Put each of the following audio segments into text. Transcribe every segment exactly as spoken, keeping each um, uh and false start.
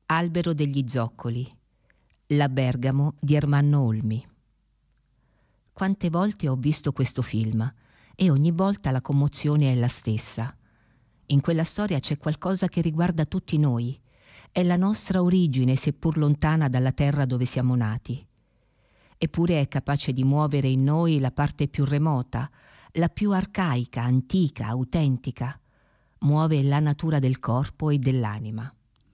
Albero degli zoccoli, La Bergamo di Ermanno Olmi. Quante volte ho visto questo film e ogni volta la commozione è la stessa. In quella storia c'è qualcosa che riguarda tutti noi. È la nostra origine, seppur lontana dalla terra dove siamo nati. Eppure è capace di muovere in noi la parte più remota, la più arcaica, antica, autentica. Muove la natura del corpo e dell'anima.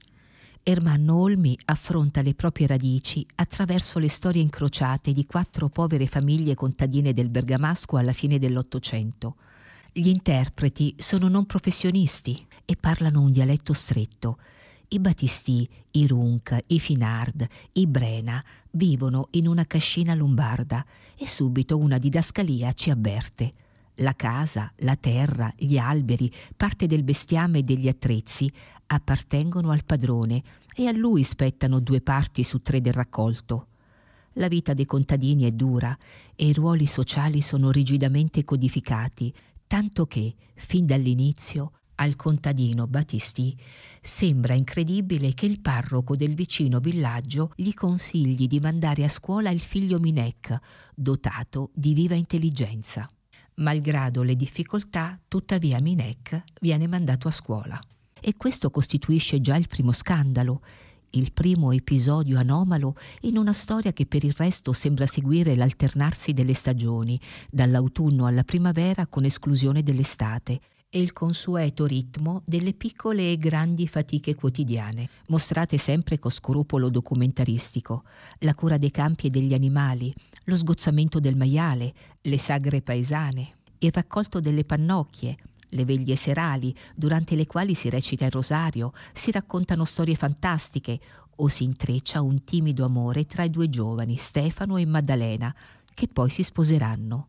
Ermanno Olmi affronta le proprie radici attraverso le storie incrociate di quattro povere famiglie contadine del Bergamasco alla fine dell'Ottocento. Gli interpreti sono non professionisti e parlano un dialetto stretto. I Battistì, i Runc, i Finard, i Brena vivono in una cascina lombarda e subito una didascalia ci avverte. La casa, la terra, gli alberi, parte del bestiame e degli attrezzi appartengono al padrone e a lui spettano due parti su tre del raccolto. La vita dei contadini è dura e i ruoli sociali sono rigidamente codificati, tanto che, fin dall'inizio, al contadino Battistì sembra incredibile che il parroco del vicino villaggio gli consigli di mandare a scuola il figlio Minec, dotato di viva intelligenza. Malgrado le difficoltà, tuttavia Minec viene mandato a scuola. E questo costituisce già il primo scandalo, il primo episodio anomalo in una storia che per il resto sembra seguire l'alternarsi delle stagioni, dall'autunno alla primavera con esclusione dell'estate, e il consueto ritmo delle piccole e grandi fatiche quotidiane, mostrate sempre con scrupolo documentaristico, la cura dei campi e degli animali, lo sgozzamento del maiale, le sagre paesane, il raccolto delle pannocchie, le veglie serali, durante le quali si recita il rosario, si raccontano storie fantastiche o si intreccia un timido amore tra i due giovani, Stefano e Maddalena, che poi si sposeranno.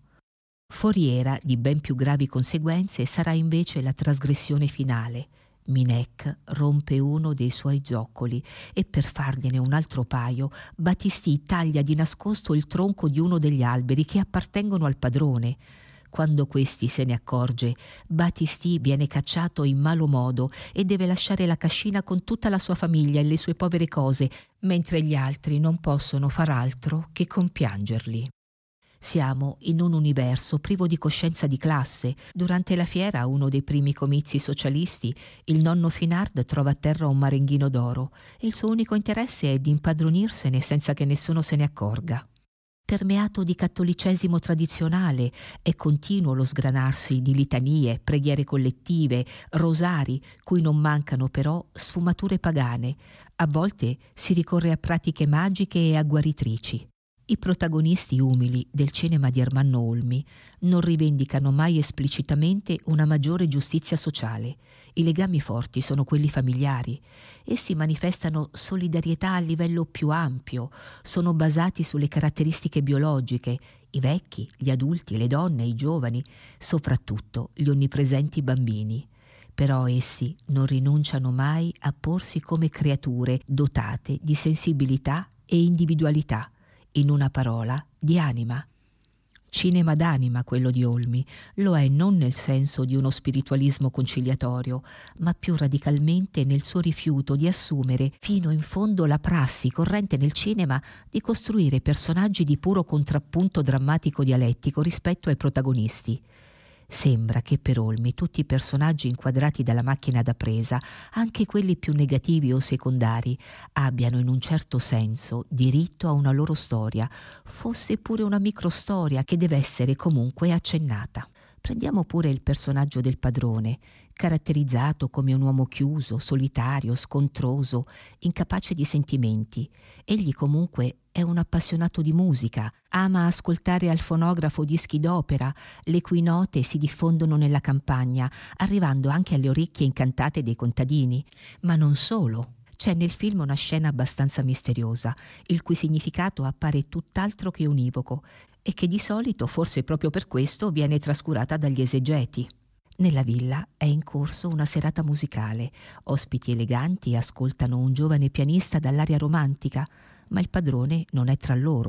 Foriera di ben più gravi conseguenze sarà invece la trasgressione finale. Minec rompe uno dei suoi zoccoli e per fargliene un altro paio Battistì taglia di nascosto il tronco di uno degli alberi che appartengono al padrone. Quando questi se ne accorge, Battistì viene cacciato in malo modo e deve lasciare la cascina con tutta la sua famiglia e le sue povere cose, mentre gli altri non possono far altro che compiangerli. Siamo in un universo privo di coscienza di classe. Durante la fiera, a uno dei primi comizi socialisti, il nonno Finard trova a terra un marenghino d'oro e il suo unico interesse è di impadronirsene senza che nessuno se ne accorga. Permeato di cattolicesimo tradizionale, è continuo lo sgranarsi di litanie, preghiere collettive, rosari, cui non mancano però sfumature pagane. A volte si ricorre a pratiche magiche e a guaritrici. I protagonisti umili del cinema di Ermanno Olmi non rivendicano mai esplicitamente una maggiore giustizia sociale. I legami forti sono quelli familiari. Essi manifestano solidarietà a livello più ampio, sono basati sulle caratteristiche biologiche, i vecchi, gli adulti, le donne, i giovani, soprattutto gli onnipresenti bambini. Però essi non rinunciano mai a porsi come creature dotate di sensibilità e individualità, in una parola, di anima. Cinema d'anima quello di Olmi, lo è non nel senso di uno spiritualismo conciliatorio, ma più radicalmente nel suo rifiuto di assumere fino in fondo la prassi corrente nel cinema di costruire personaggi di puro contrappunto drammatico dialettico rispetto ai protagonisti. Sembra che per Olmi tutti i personaggi inquadrati dalla macchina da presa, anche quelli più negativi o secondari, abbiano in un certo senso diritto a una loro storia, fosse pure una microstoria che deve essere comunque accennata. Prendiamo pure il personaggio del padrone, caratterizzato come un uomo chiuso, solitario, scontroso, incapace di sentimenti. Egli comunque è un appassionato di musica, ama ascoltare al fonografo dischi d'opera, le cui note si diffondono nella campagna, arrivando anche alle orecchie incantate dei contadini. Ma non solo. C'è nel film una scena abbastanza misteriosa, il cui significato appare tutt'altro che univoco e che di solito, forse proprio per questo, viene trascurata dagli esegeti. Nella villa è in corso una serata musicale. Ospiti eleganti ascoltano un giovane pianista dall'aria romantica, ma il padrone non è tra loro.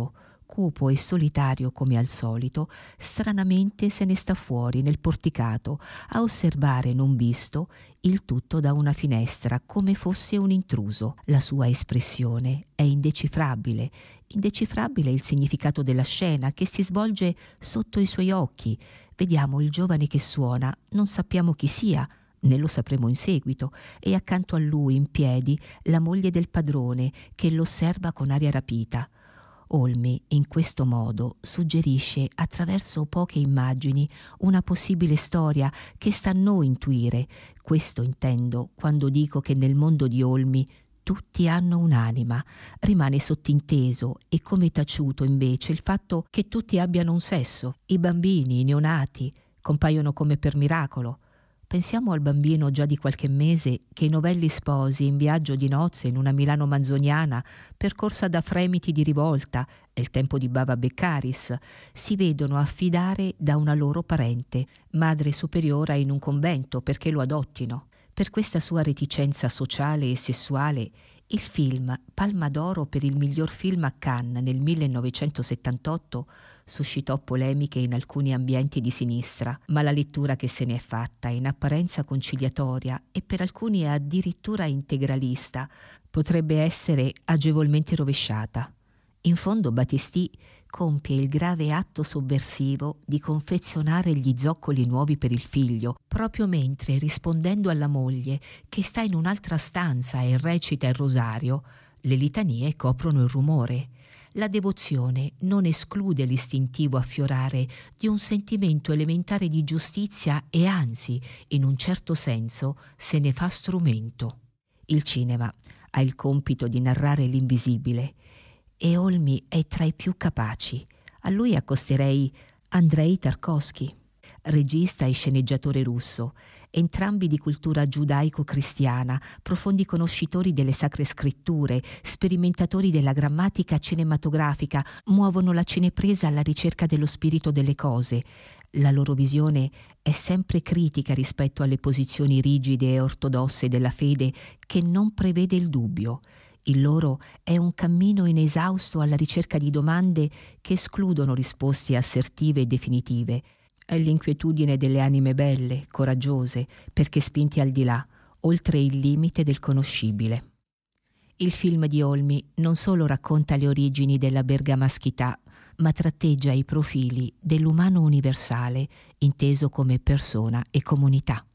cupo e solitario come al solito, stranamente se ne sta fuori nel porticato a osservare non visto il tutto da una finestra come fosse un intruso. La sua espressione è indecifrabile, indecifrabile il significato della scena che si svolge sotto i suoi occhi. Vediamo il giovane che suona, non sappiamo chi sia, ne lo sapremo in seguito, e accanto a lui in piedi la moglie del padrone che lo osserva con aria rapita. Olmi in questo modo suggerisce attraverso poche immagini una possibile storia che sta a noi intuire. Questo intendo quando dico che nel mondo di Olmi tutti hanno un'anima. Rimane sottinteso e come taciuto invece il fatto che tutti abbiano un sesso. I bambini, i neonati, compaiono come per miracolo. Pensiamo al bambino già di qualche mese che i novelli sposi in viaggio di nozze in una Milano manzoniana percorsa da fremiti di rivolta, è il tempo di Bava Beccaris, si vedono affidare da una loro parente, madre superiora in un convento perché lo adottino. Per questa sua reticenza sociale e sessuale, il film Palma d'Oro per il miglior film a Cannes nel millenovecentosettantotto suscitò polemiche in alcuni ambienti di sinistra, ma la lettura che se ne è fatta, in apparenza conciliatoria e per alcuni addirittura integralista, potrebbe essere agevolmente rovesciata. In fondo Battisti compie il grave atto sovversivo di confezionare gli zoccoli nuovi per il figlio, proprio mentre, rispondendo alla moglie che sta in un'altra stanza e recita il rosario, le litanie coprono il rumore. La devozione non esclude l'istintivo affiorare di un sentimento elementare di giustizia e anzi, in un certo senso, se ne fa strumento. Il cinema ha il compito di narrare l'invisibile e Olmi è tra i più capaci. A lui accosterei Andrei Tarkovsky, regista e sceneggiatore russo, entrambi di cultura giudaico-cristiana, profondi conoscitori delle sacre scritture, sperimentatori della grammatica cinematografica, muovono la cinepresa alla ricerca dello spirito delle cose. La loro visione è sempre critica rispetto alle posizioni rigide e ortodosse della fede che non prevede il dubbio. Il loro è un cammino inesausto alla ricerca di domande che escludono risposte assertive e definitive. È l'inquietudine delle anime belle, coraggiose, perché spinti al di là, oltre il limite del conoscibile. Il film di Olmi non solo racconta le origini della bergamaschità, ma tratteggia i profili dell'umano universale, inteso come persona e comunità.